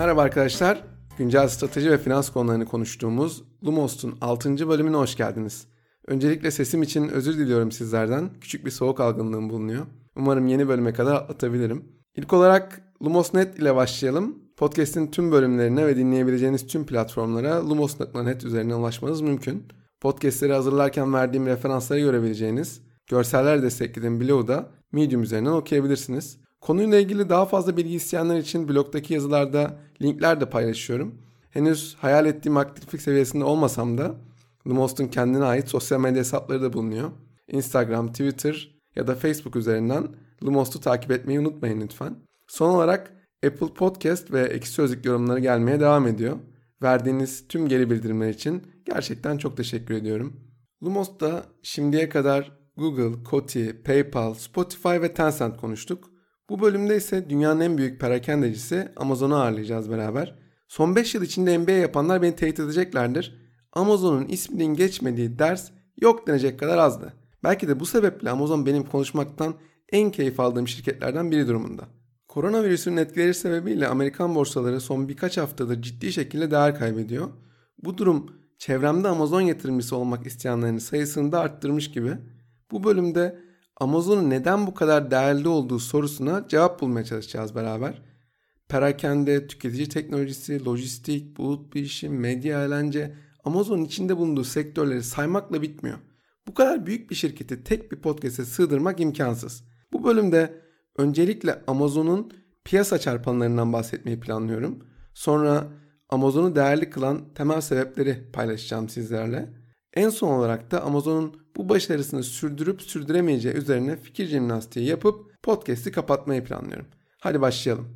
Merhaba arkadaşlar, güncel strateji ve finans konularını konuştuğumuz Lumos'un 6. bölümüne hoş geldiniz. Öncelikle sesim için özür diliyorum sizlerden, küçük bir soğuk algınlığım bulunuyor. Umarım yeni bölüme kadar atlatabilirim. İlk olarak Lumos.net ile başlayalım. Podcast'in tüm bölümlerine ve dinleyebileceğiniz tüm platformlara lumos.net üzerinden ulaşmanız mümkün. Podcast'leri hazırlarken verdiğim referansları görebileceğiniz, görseller desteklediğim blogu da Medium üzerinden okuyabilirsiniz. Konuyla ilgili daha fazla bilgi isteyenler için blogdaki yazılarda linkler de paylaşıyorum. Henüz hayal ettiğim aktiflik seviyesinde olmasam da Lumos'un kendine ait sosyal medya hesapları da bulunuyor. Instagram, Twitter ya da Facebook üzerinden Lumos'u takip etmeyi unutmayın lütfen. Son olarak Apple Podcast ve Ekşi Sözlük yorumları gelmeye devam ediyor. Verdiğiniz tüm geri bildirimler için gerçekten çok teşekkür ediyorum. Lumos'ta şimdiye kadar Google, Coty, PayPal, Spotify ve Tencent konuştuk. Bu bölümde ise dünyanın en büyük perakendecisi Amazon'u ağırlayacağız beraber. Son 5 yıl içinde MBA yapanlar beni teyit edeceklerdir. Amazon'un isminin geçmediği ders yok denecek kadar azdı. Belki de bu sebeple Amazon benim konuşmaktan en keyif aldığım şirketlerden biri durumunda. Koronavirüsün etkileri sebebiyle Amerikan borsaları son birkaç haftadır ciddi şekilde değer kaybediyor. Bu durum çevremde Amazon yatırımcısı olmak isteyenlerin sayısını da arttırmış gibi. Bu bölümde Amazon'un neden bu kadar değerli olduğu sorusuna cevap bulmaya çalışacağız beraber. Perakende, tüketici teknolojisi, lojistik, bulut bilişim, medya, eğlence, Amazon'un içinde bulunduğu sektörleri saymakla bitmiyor. Bu kadar büyük bir şirketi tek bir podcast'e sığdırmak imkansız. Bu bölümde öncelikle Amazon'un piyasa çarpanlarından bahsetmeyi planlıyorum. Sonra Amazon'u değerli kılan temel sebepleri paylaşacağım sizlerle. En son olarak da Amazon'un bu başarısını sürdürüp sürdüremeyeceği üzerine fikir jimnastiği yapıp podcast'i kapatmayı planlıyorum. Hadi başlayalım.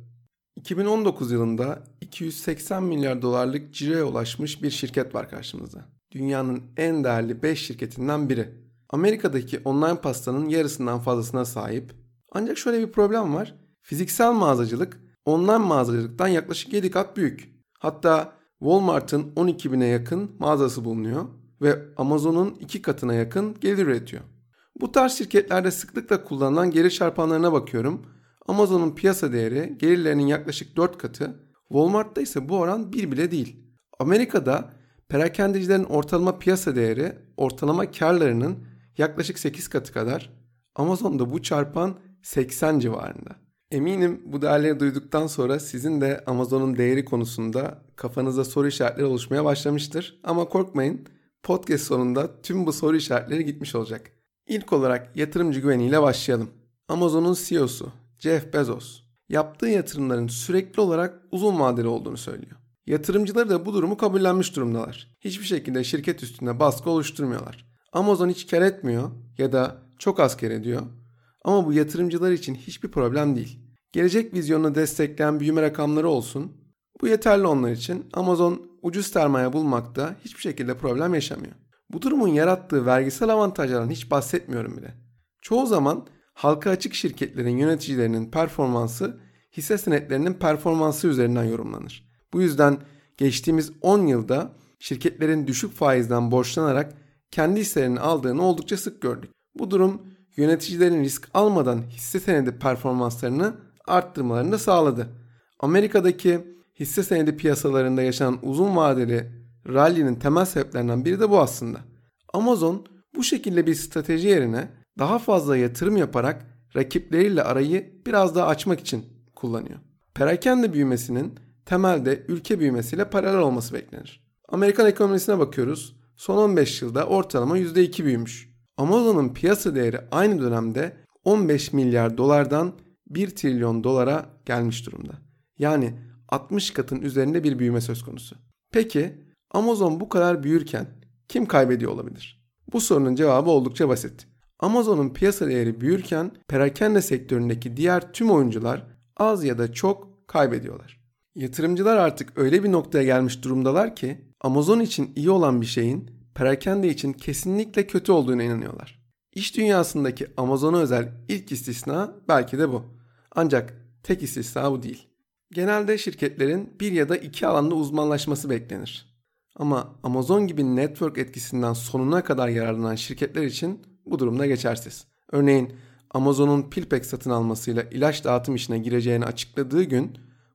2019 yılında 280 milyar dolarlık ciroya ulaşmış bir şirket var karşımızda. Dünyanın en değerli 5 şirketinden biri. Amerika'daki online pastanın yarısından fazlasına sahip. Ancak şöyle bir problem var. Fiziksel mağazacılık online mağazacılıktan yaklaşık 7 kat büyük. Hatta Walmart'ın 12 bine yakın mağazası bulunuyor ve Amazon'un 2 katına yakın gelir üretiyor. Bu tarz şirketlerde sıklıkla kullanılan geri çarpanlarına bakıyorum. Amazon'un piyasa değeri gelirlerinin yaklaşık 4 katı, Walmart'ta ise bu oran 1 bile değil. Amerika'da perakendecilerin ortalama piyasa değeri ortalama karlarının yaklaşık 8 katı kadar, Amazon'da bu çarpan 80 civarında. Eminim bu değerleri duyduktan sonra sizin de Amazon'un değeri konusunda kafanızda soru işaretleri oluşmaya başlamıştır. Ama korkmayın, podcast sonunda tüm bu soru işaretleri gitmiş olacak. İlk olarak yatırımcı güveniyle başlayalım. Amazon'un CEO'su Jeff Bezos yaptığı yatırımların sürekli olarak uzun vadeli olduğunu söylüyor. Yatırımcıları da bu durumu kabullenmiş durumdalar. Hiçbir şekilde şirket üstünde baskı oluşturmuyorlar. Amazon hiç kar etmiyor ya da çok az kar ediyor. Ama bu yatırımcılar için hiçbir problem değil. Gelecek vizyonunu destekleyen büyüme rakamları olsun. Bu yeterli onlar için. Amazon ucuz sermaye bulmakta hiçbir şekilde problem yaşamıyor. Bu durumun yarattığı vergisel avantajlardan hiç bahsetmiyorum bile. Çoğu zaman halka açık şirketlerin yöneticilerinin performansı hisse senetlerinin performansı üzerinden yorumlanır. Bu yüzden geçtiğimiz 10 yılda şirketlerin düşük faizden borçlanarak kendi hisselerini aldığını oldukça sık gördük. Bu durum yöneticilerin risk almadan hisse senedi performanslarını arttırmalarını da sağladı. Amerika'daki hisse senedi piyasalarında yaşanan uzun vadeli rally'nin temel sebeplerinden biri de bu aslında. Amazon bu şekilde bir strateji yerine daha fazla yatırım yaparak rakipleriyle arayı biraz daha açmak için kullanıyor. Perakende büyümesinin temelde ülke büyümesiyle paralel olması beklenir. Amerikan ekonomisine bakıyoruz. Son 15 yılda ortalama %2 büyümüş. Amazon'un piyasa değeri aynı dönemde 15 milyar dolardan 1 trilyon dolara gelmiş durumda. Yani 60 katın üzerinde bir büyüme söz konusu. Peki Amazon bu kadar büyürken kim kaybediyor olabilir? Bu sorunun cevabı oldukça basit. Amazon'un piyasa değeri büyürken perakende sektöründeki diğer tüm oyuncular az ya da çok kaybediyorlar. Yatırımcılar artık öyle bir noktaya gelmiş durumdalar ki Amazon için iyi olan bir şeyin perakende için kesinlikle kötü olduğuna inanıyorlar. İş dünyasındaki Amazon'a özel ilk istisna belki de bu. Ancak tek istisna bu değil. Genelde şirketlerin bir ya da iki alanda uzmanlaşması beklenir. Ama Amazon gibi network etkisinden sonuna kadar yararlanan şirketler için bu durumda geçersiz. Örneğin Amazon'un PillPack satın almasıyla ilaç dağıtım işine gireceğini açıkladığı gün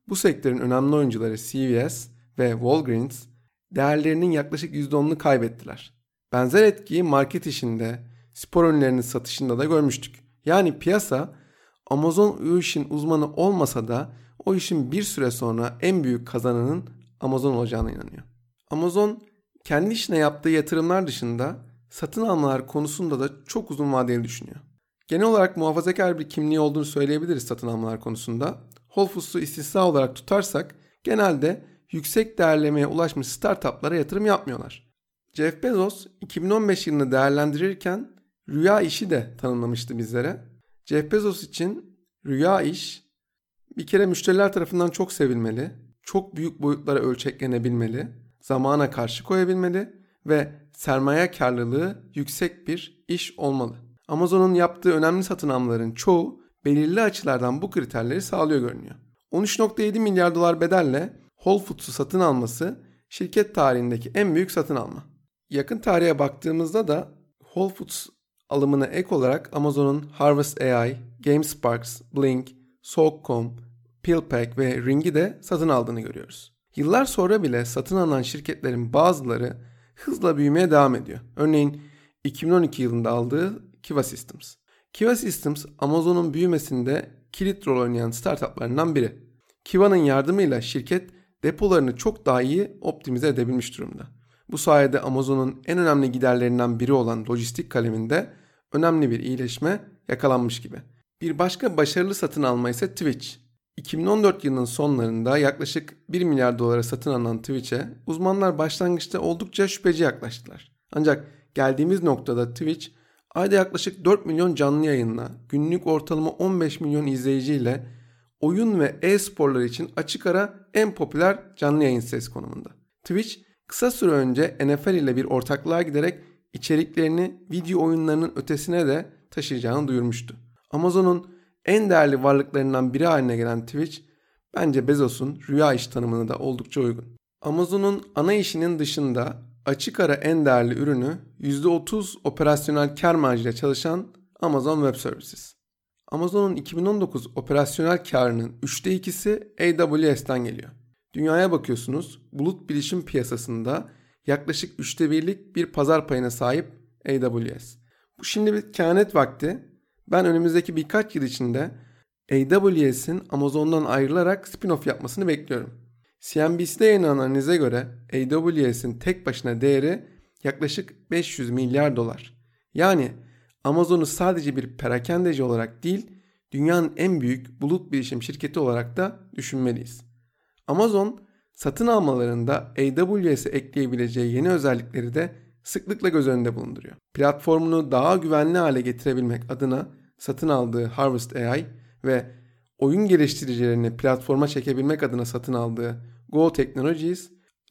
Bu sektörün önemli oyuncuları CVS ve Walgreens değerlerinin yaklaşık %10'unu kaybettiler. Benzer etkiyi market işinde, spor ürünlerinin satışında da görmüştük. Yani piyasa Amazon o işin uzmanı olmasa da o işin bir süre sonra en büyük kazananın Amazon olacağına inanıyor. Amazon kendi işine yaptığı yatırımlar dışında satın almalar konusunda da çok uzun vadeli düşünüyor. Genel olarak muhafazakar bir kimliği olduğunu söyleyebiliriz satın almalar konusunda. Whole Foods'u istisna olarak tutarsak genelde yüksek değerlemeye ulaşmış startuplara yatırım yapmıyorlar. Jeff Bezos 2015 yılını değerlendirirken rüya işi de tanımlamıştı bizlere. Jeff Bezos için rüya iş bir kere müşteriler tarafından çok sevilmeli, çok büyük boyutlara ölçeklenebilmeli, zamana karşı koyabilmeli ve sermaye karlılığı yüksek bir iş olmalı. Amazon'un yaptığı önemli satın almaların çoğu belirli açılardan bu kriterleri sağlıyor görünüyor. 13.7 milyar dolar bedelle Whole Foods'u satın alması şirket tarihindeki en büyük satın alma. Yakın tarihe baktığımızda da Whole Foods alımına ek olarak Amazon'un Harvest AI, GameSparks, Blink, Sock.com, PillPack ve Ring'i de satın aldığını görüyoruz. Yıllar sonra bile satın alınan şirketlerin bazıları hızla büyümeye devam ediyor. Örneğin 2012 yılında aldığı Kiva Systems. Kiva Systems Amazon'un büyümesinde kilit rol oynayan startuplarından biri. Kiva'nın yardımıyla şirket depolarını çok daha iyi optimize edebilmiş durumda. Bu sayede Amazon'un en önemli giderlerinden biri olan lojistik kaleminde önemli bir iyileşme yakalanmış gibi. Bir başka başarılı satın alma ise Twitch. 2014 yılının sonlarında yaklaşık 1 milyar dolara satın alınan Twitch'e uzmanlar başlangıçta oldukça şüpheci yaklaştılar. Ancak geldiğimiz noktada Twitch ayda yaklaşık 4 milyon canlı yayınla, günlük ortalama 15 milyon izleyiciyle oyun ve e-sporlar için açık ara en popüler canlı yayın sitesi konumunda. Twitch kısa süre önce NFL ile bir ortaklığa giderek içeriklerini video oyunlarının ötesine de taşıyacağını duyurmuştu. Amazon'un en değerli varlıklarından biri haline gelen Twitch, bence Bezos'un rüya iş tanımına da oldukça uygun. Amazon'un ana işinin dışında açık ara en değerli ürünü %30 operasyonel kar marjıyla çalışan Amazon Web Services. Amazon'un 2019 operasyonel karının 2/3'isi AWS'ten geliyor. Dünyaya bakıyorsunuz, bulut bilişim piyasasında yaklaşık 1/3'lik bir pazar payına sahip AWS. Bu şimdi bir kehanet vakti. Ben önümüzdeki birkaç yıl içinde AWS'in Amazon'dan ayrılarak spin-off yapmasını bekliyorum. CNBC'de yayınlanan analize göre AWS'in tek başına değeri yaklaşık 500 milyar dolar. Yani Amazon'u sadece bir perakendeci olarak değil, dünyanın en büyük bulut bilişim şirketi olarak da düşünmeliyiz. Amazon satın almalarında AWS'e ekleyebileceği yeni özellikleri de sıklıkla göz önünde bulunduruyor. Platformunu daha güvenli hale getirebilmek adına satın aldığı Harvest AI ve oyun geliştiricilerini platforma çekebilmek adına satın aldığı Go Technologies,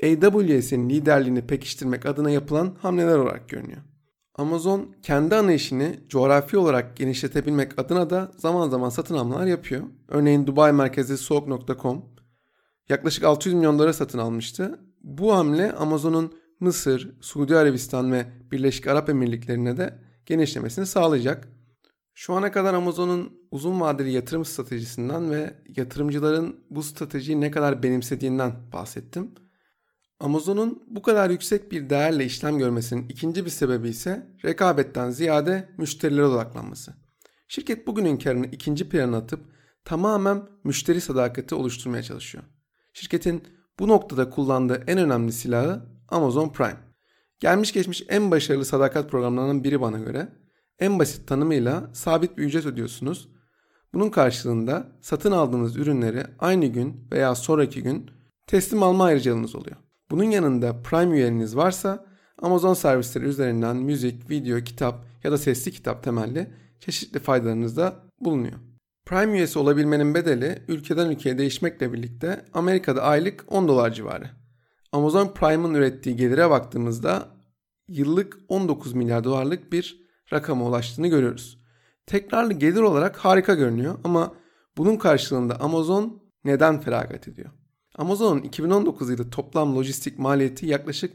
AWS'in liderliğini pekiştirmek adına yapılan hamleler olarak görünüyor. Amazon kendi ana işini coğrafi olarak genişletebilmek adına da zaman zaman satın almalar yapıyor. Örneğin Dubai merkezli Sock.com yaklaşık 600 milyon dolara satın almıştı. Bu hamle Amazon'un Mısır, Suudi Arabistan ve Birleşik Arap Emirlikleri'ne de genişlemesini sağlayacak. Şu ana kadar Amazon'un uzun vadeli yatırım stratejisinden ve yatırımcıların bu stratejiyi ne kadar benimsediğinden bahsettim. Amazon'un bu kadar yüksek bir değerle işlem görmesinin ikinci bir sebebi ise rekabetten ziyade müşterilere odaklanması. Şirket bugünün karını ikinci plana atıp tamamen müşteri sadakati oluşturmaya çalışıyor. Şirketin bu noktada kullandığı en önemli silahı Amazon Prime. Gelmiş geçmiş en başarılı sadakat programlarından biri bana göre. En basit tanımıyla sabit bir ücret ödüyorsunuz. Bunun karşılığında satın aldığınız ürünleri aynı gün veya sonraki gün teslim alma ayrıcalığınız oluyor. Bunun yanında Prime üyeliğiniz varsa Amazon servisleri üzerinden müzik, video, kitap ya da sesli kitap temelli çeşitli faydalarınız da bulunuyor. Prime üyesi olabilmenin bedeli ülkeden ülkeye değişmekle birlikte Amerika'da aylık $10 civarı. Amazon Prime'ın ürettiği gelire baktığımızda yıllık 19 milyar dolarlık bir rakama ulaştığını görüyoruz. Tekrarlı gelir olarak harika görünüyor ama bunun karşılığında Amazon neden feragat ediyor? Amazon'un 2019 yılı toplam lojistik maliyeti yaklaşık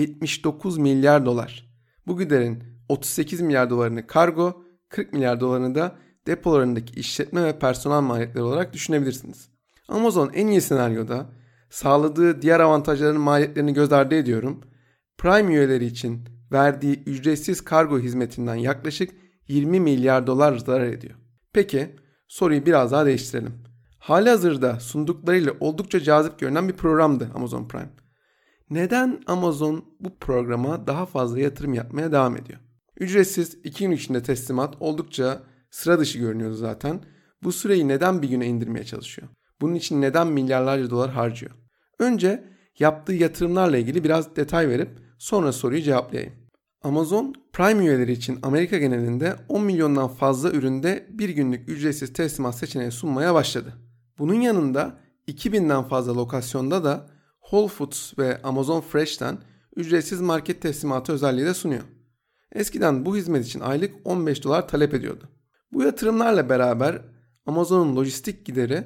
79 milyar dolar. Bu giderin 38 milyar dolarını kargo, 40 milyar dolarını da depolarındaki işletme ve personel maliyetleri olarak düşünebilirsiniz. Amazon en iyi senaryoda sağladığı diğer avantajların maliyetlerini göz ardı ediyorum. Prime üyeleri için verdiği ücretsiz kargo hizmetinden yaklaşık 20 milyar dolar zarar ediyor. Peki soruyu biraz daha değiştirelim. Halihazırda sunduklarıyla oldukça cazip görünen bir programdı Amazon Prime. Neden Amazon bu programa daha fazla yatırım yapmaya devam ediyor? Ücretsiz 2 gün içinde teslimat oldukça sıra dışı görünüyordu zaten. Bu süreyi neden bir güne indirmeye çalışıyor? Bunun için neden milyarlarca dolar harcıyor? Önce yaptığı yatırımlarla ilgili biraz detay verip sonra soruyu cevaplayayım. Amazon Prime üyeleri için Amerika genelinde 10 milyondan fazla üründe bir günlük ücretsiz teslimat seçeneği sunmaya başladı. Bunun yanında 2000'den fazla lokasyonda da Whole Foods ve Amazon Fresh'ten ücretsiz market teslimatı özelliği de sunuyor. Eskiden bu hizmet için aylık 15 dolar talep ediyordu. Bu yatırımlarla beraber Amazon'un lojistik gideri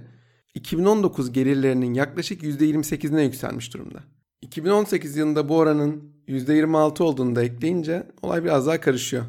2019 gelirlerinin yaklaşık %28'ine yükselmiş durumda. 2018 yılında bu oranın %26 olduğunu da ekleyince olay biraz daha karışıyor.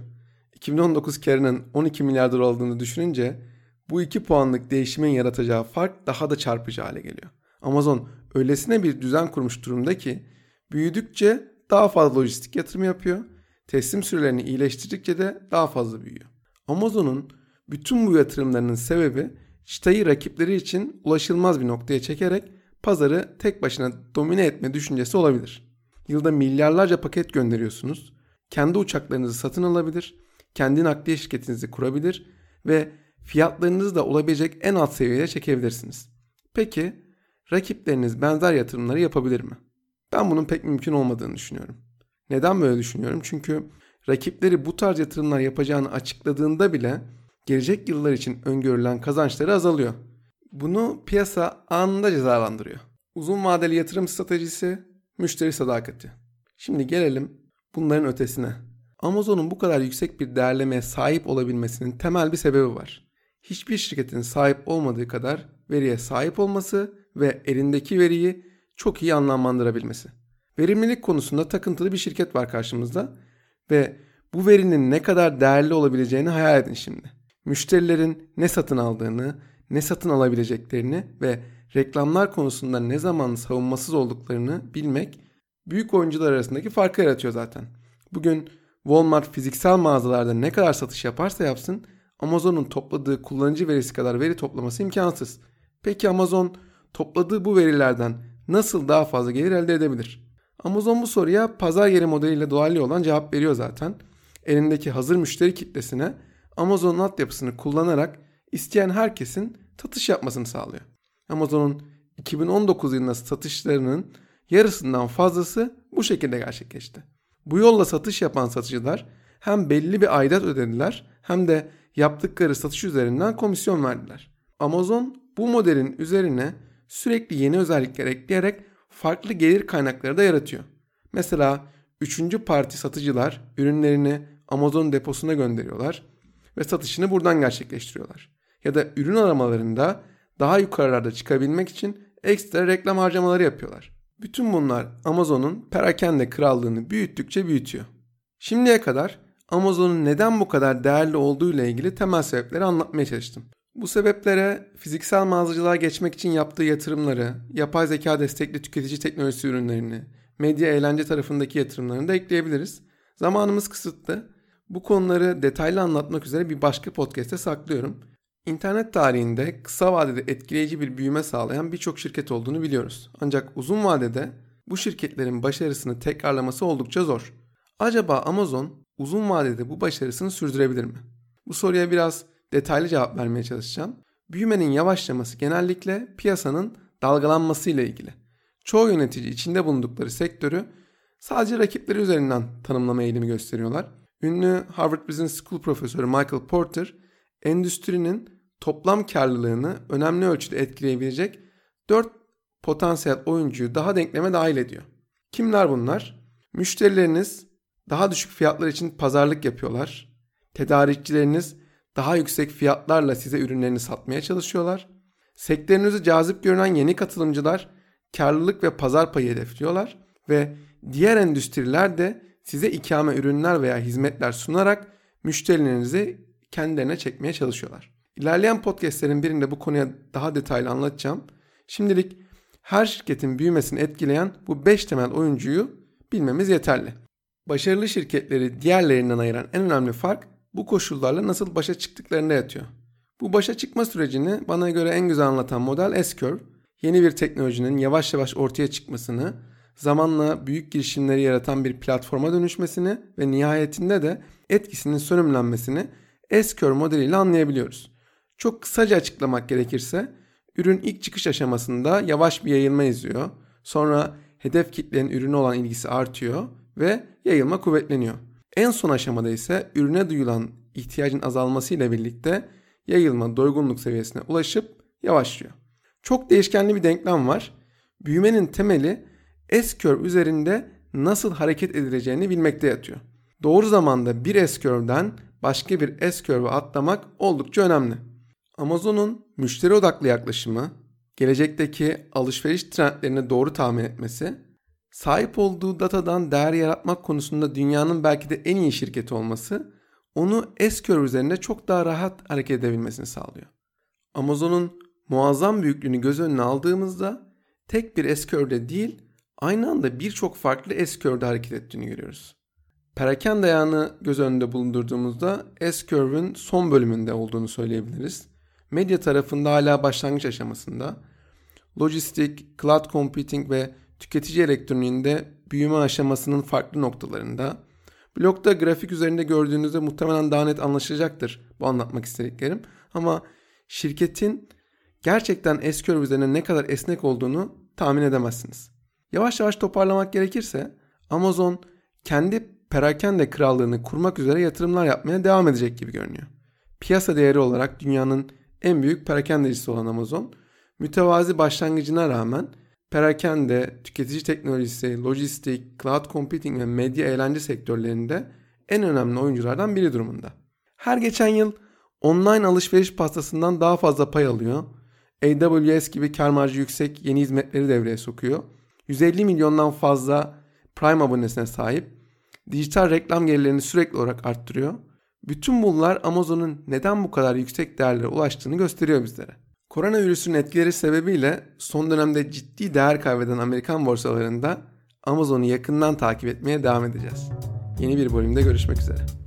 2019 karının 12 milyar dolar olduğunu düşününce bu 2 puanlık değişimin yaratacağı fark daha da çarpıcı hale geliyor. Amazon öylesine bir düzen kurmuş durumda ki büyüdükçe daha fazla lojistik yatırım yapıyor. Teslim sürelerini iyileştirdikçe de daha fazla büyüyor. Amazon'un bütün bu yatırımlarının sebebi çıtayı rakipleri için ulaşılmaz bir noktaya çekerek pazarı tek başına domine etme düşüncesi olabilir. Yılda milyarlarca paket gönderiyorsunuz. Kendi uçaklarınızı satın alabilir, kendi nakliye şirketinizi kurabilir ve fiyatlarınızı da olabilecek en alt seviyeye çekebilirsiniz. Peki rakipleriniz benzer yatırımları yapabilir mi? Ben bunun pek mümkün olmadığını düşünüyorum. Neden böyle düşünüyorum? Çünkü rakipleri bu tarz yatırımlar yapacağını açıkladığında bile gelecek yıllar için öngörülen kazançları azalıyor. Bunu piyasa anında cezalandırıyor. Uzun vadeli yatırım stratejisi, müşteri sadakati. Şimdi gelelim bunların ötesine. Amazon'un bu kadar yüksek bir değerlemeye sahip olabilmesinin temel bir sebebi var. Hiçbir şirketin sahip olmadığı kadar veriye sahip olması ve elindeki veriyi çok iyi anlamlandırabilmesi. Verimlilik konusunda takıntılı bir şirket var karşımızda ve bu verinin ne kadar değerli olabileceğini hayal edin şimdi. Müşterilerin ne satın aldığını, ne satın alabileceklerini ve reklamlar konusunda ne zaman savunmasız olduklarını bilmek büyük oyuncular arasındaki farkı yaratıyor zaten. Bugün Walmart fiziksel mağazalarda ne kadar satış yaparsa yapsın Amazon'un topladığı kullanıcı verisi kadar veri toplaması imkansız. Peki Amazon topladığı bu verilerden nasıl daha fazla gelir elde edebilir? Amazon bu soruya pazar yeri modeliyle dolaylı olan cevap veriyor zaten. Elindeki hazır müşteri kitlesine Amazon'un altyapısını kullanarak isteyen herkesin satış yapmasını sağlıyor. Amazon'un 2019 yılında satışlarının yarısından fazlası bu şekilde gerçekleşti. Bu yolla satış yapan satıcılar hem belli bir aidat ödediler hem de yaptıkları satış üzerinden komisyon verdiler. Amazon bu modelin üzerine sürekli yeni özellikler ekleyerek farklı gelir kaynakları da yaratıyor. Mesela 3. parti satıcılar ürünlerini Amazon deposuna gönderiyorlar ve satışını buradan gerçekleştiriyorlar. Ya da ürün aramalarında daha yukarılarda çıkabilmek için ekstra reklam harcamaları yapıyorlar. Bütün bunlar Amazon'un perakende krallığını büyüttükçe büyütüyor. Şimdiye kadar Amazon'un neden bu kadar değerli olduğu ile ilgili temel sebepleri anlatmaya çalıştım. Bu sebeplere fiziksel mağazacılığa geçmek için yaptığı yatırımları, yapay zeka destekli tüketici teknolojisi ürünlerini, medya eğlence tarafındaki yatırımlarını da ekleyebiliriz. Zamanımız kısıtlı. Bu konuları detaylı anlatmak üzere bir başka podcast'te saklıyorum. İnternet tarihinde kısa vadede etkileyici bir büyüme sağlayan birçok şirket olduğunu biliyoruz. Ancak uzun vadede bu şirketlerin başarısını tekrarlaması oldukça zor. Acaba Amazon uzun vadede bu başarısını sürdürebilir mi? Bu soruya biraz detaylı cevap vermeye çalışacağım. Büyümenin yavaşlaması genellikle piyasanın dalgalanmasıyla ilgili. Çoğu yönetici içinde bulundukları sektörü sadece rakipleri üzerinden tanımlama eğilimi gösteriyorlar. Ünlü Harvard Business School profesörü Michael Porter, endüstrinin toplam karlılığını önemli ölçüde etkileyebilecek 4 potansiyel oyuncuyu daha denkleme dahil ediyor. Kimler bunlar? Müşterileriniz daha düşük fiyatlar için pazarlık yapıyorlar. Tedarikçileriniz daha yüksek fiyatlarla size ürünlerini satmaya çalışıyorlar. Sektörünüzü cazip görünen yeni katılımcılar karlılık ve pazar payı hedefliyorlar ve diğer endüstriler de size ikame ürünler veya hizmetler sunarak müşterilerinizi kendilerine çekmeye çalışıyorlar. İlerleyen podcastlerin birinde bu konuya daha detaylı anlatacağım. Şimdilik her şirketin büyümesini etkileyen bu 5 temel oyuncuyu bilmemiz yeterli. Başarılı şirketleri diğerlerinden ayıran en önemli fark bu koşullarla nasıl başa çıktıklarında yatıyor. Bu başa çıkma sürecini bana göre en güzel anlatan model S-Curve, yeni bir teknolojinin yavaş yavaş ortaya çıkmasını, zamanla büyük girişimleri yaratan bir platforma dönüşmesini ve nihayetinde de etkisinin sönümlenmesini S-Curve modeliyle anlayabiliyoruz. Çok kısaca açıklamak gerekirse, ürün ilk çıkış aşamasında yavaş bir yayılma izliyor. Sonra hedef kitlenin ürüne olan ilgisi artıyor ve yayılma kuvvetleniyor. En son aşamada ise ürüne duyulan ihtiyacın azalmasıyla birlikte yayılma doygunluk seviyesine ulaşıp yavaşlıyor. Çok değişkenli bir denklem var. Büyümenin temeli S-Curve üzerinde nasıl hareket edileceğini bilmekte yatıyor. Doğru zamanda bir S-Curve'den başka bir S-Curve'e atlamak oldukça önemli. Amazon'un müşteri odaklı yaklaşımı, gelecekteki alışveriş trendlerini doğru tahmin etmesi, sahip olduğu datadan değer yaratmak konusunda dünyanın belki de en iyi şirketi olması, onu S-Curve üzerinde çok daha rahat hareket edebilmesini sağlıyor. Amazon'un muazzam büyüklüğünü göz önüne aldığımızda tek bir S-Curve'de değil, aynı anda birçok farklı S-Curve'de hareket ettiğini görüyoruz. Perakende ayağını göz önünde bulundurduğumuzda S-Curve'ün son bölümünde olduğunu söyleyebiliriz. Medya tarafında hala başlangıç aşamasında, lojistik, cloud computing ve tüketici elektroniğinde büyüme aşamasının farklı noktalarında, blogda grafik üzerinde gördüğünüzde muhtemelen daha net anlaşılacaktır bu anlatmak istediklerim. Ama şirketin gerçekten S-Curve üzerine ne kadar esnek olduğunu tahmin edemezsiniz. Yavaş yavaş toparlamak gerekirse Amazon kendi perakende krallığını kurmak üzere yatırımlar yapmaya devam edecek gibi görünüyor. Piyasa değeri olarak dünyanın en büyük perakendecisi olan Amazon, mütevazi başlangıcına rağmen perakende, tüketici teknolojisi, lojistik, cloud computing ve medya eğlence sektörlerinde en önemli oyunculardan biri durumunda. Her geçen yıl online alışveriş pastasından daha fazla pay alıyor. AWS gibi kar marjı yüksek yeni hizmetleri devreye sokuyor. 150 milyondan fazla Prime abonesine sahip. Dijital reklam gelirlerini sürekli olarak arttırıyor. Bütün bunlar Amazon'un neden bu kadar yüksek değerlere ulaştığını gösteriyor bizlere. Koronavirüsün etkileri sebebiyle son dönemde ciddi değer kaybeden Amerikan borsalarında Amazon'u yakından takip etmeye devam edeceğiz. Yeni bir bölümde görüşmek üzere.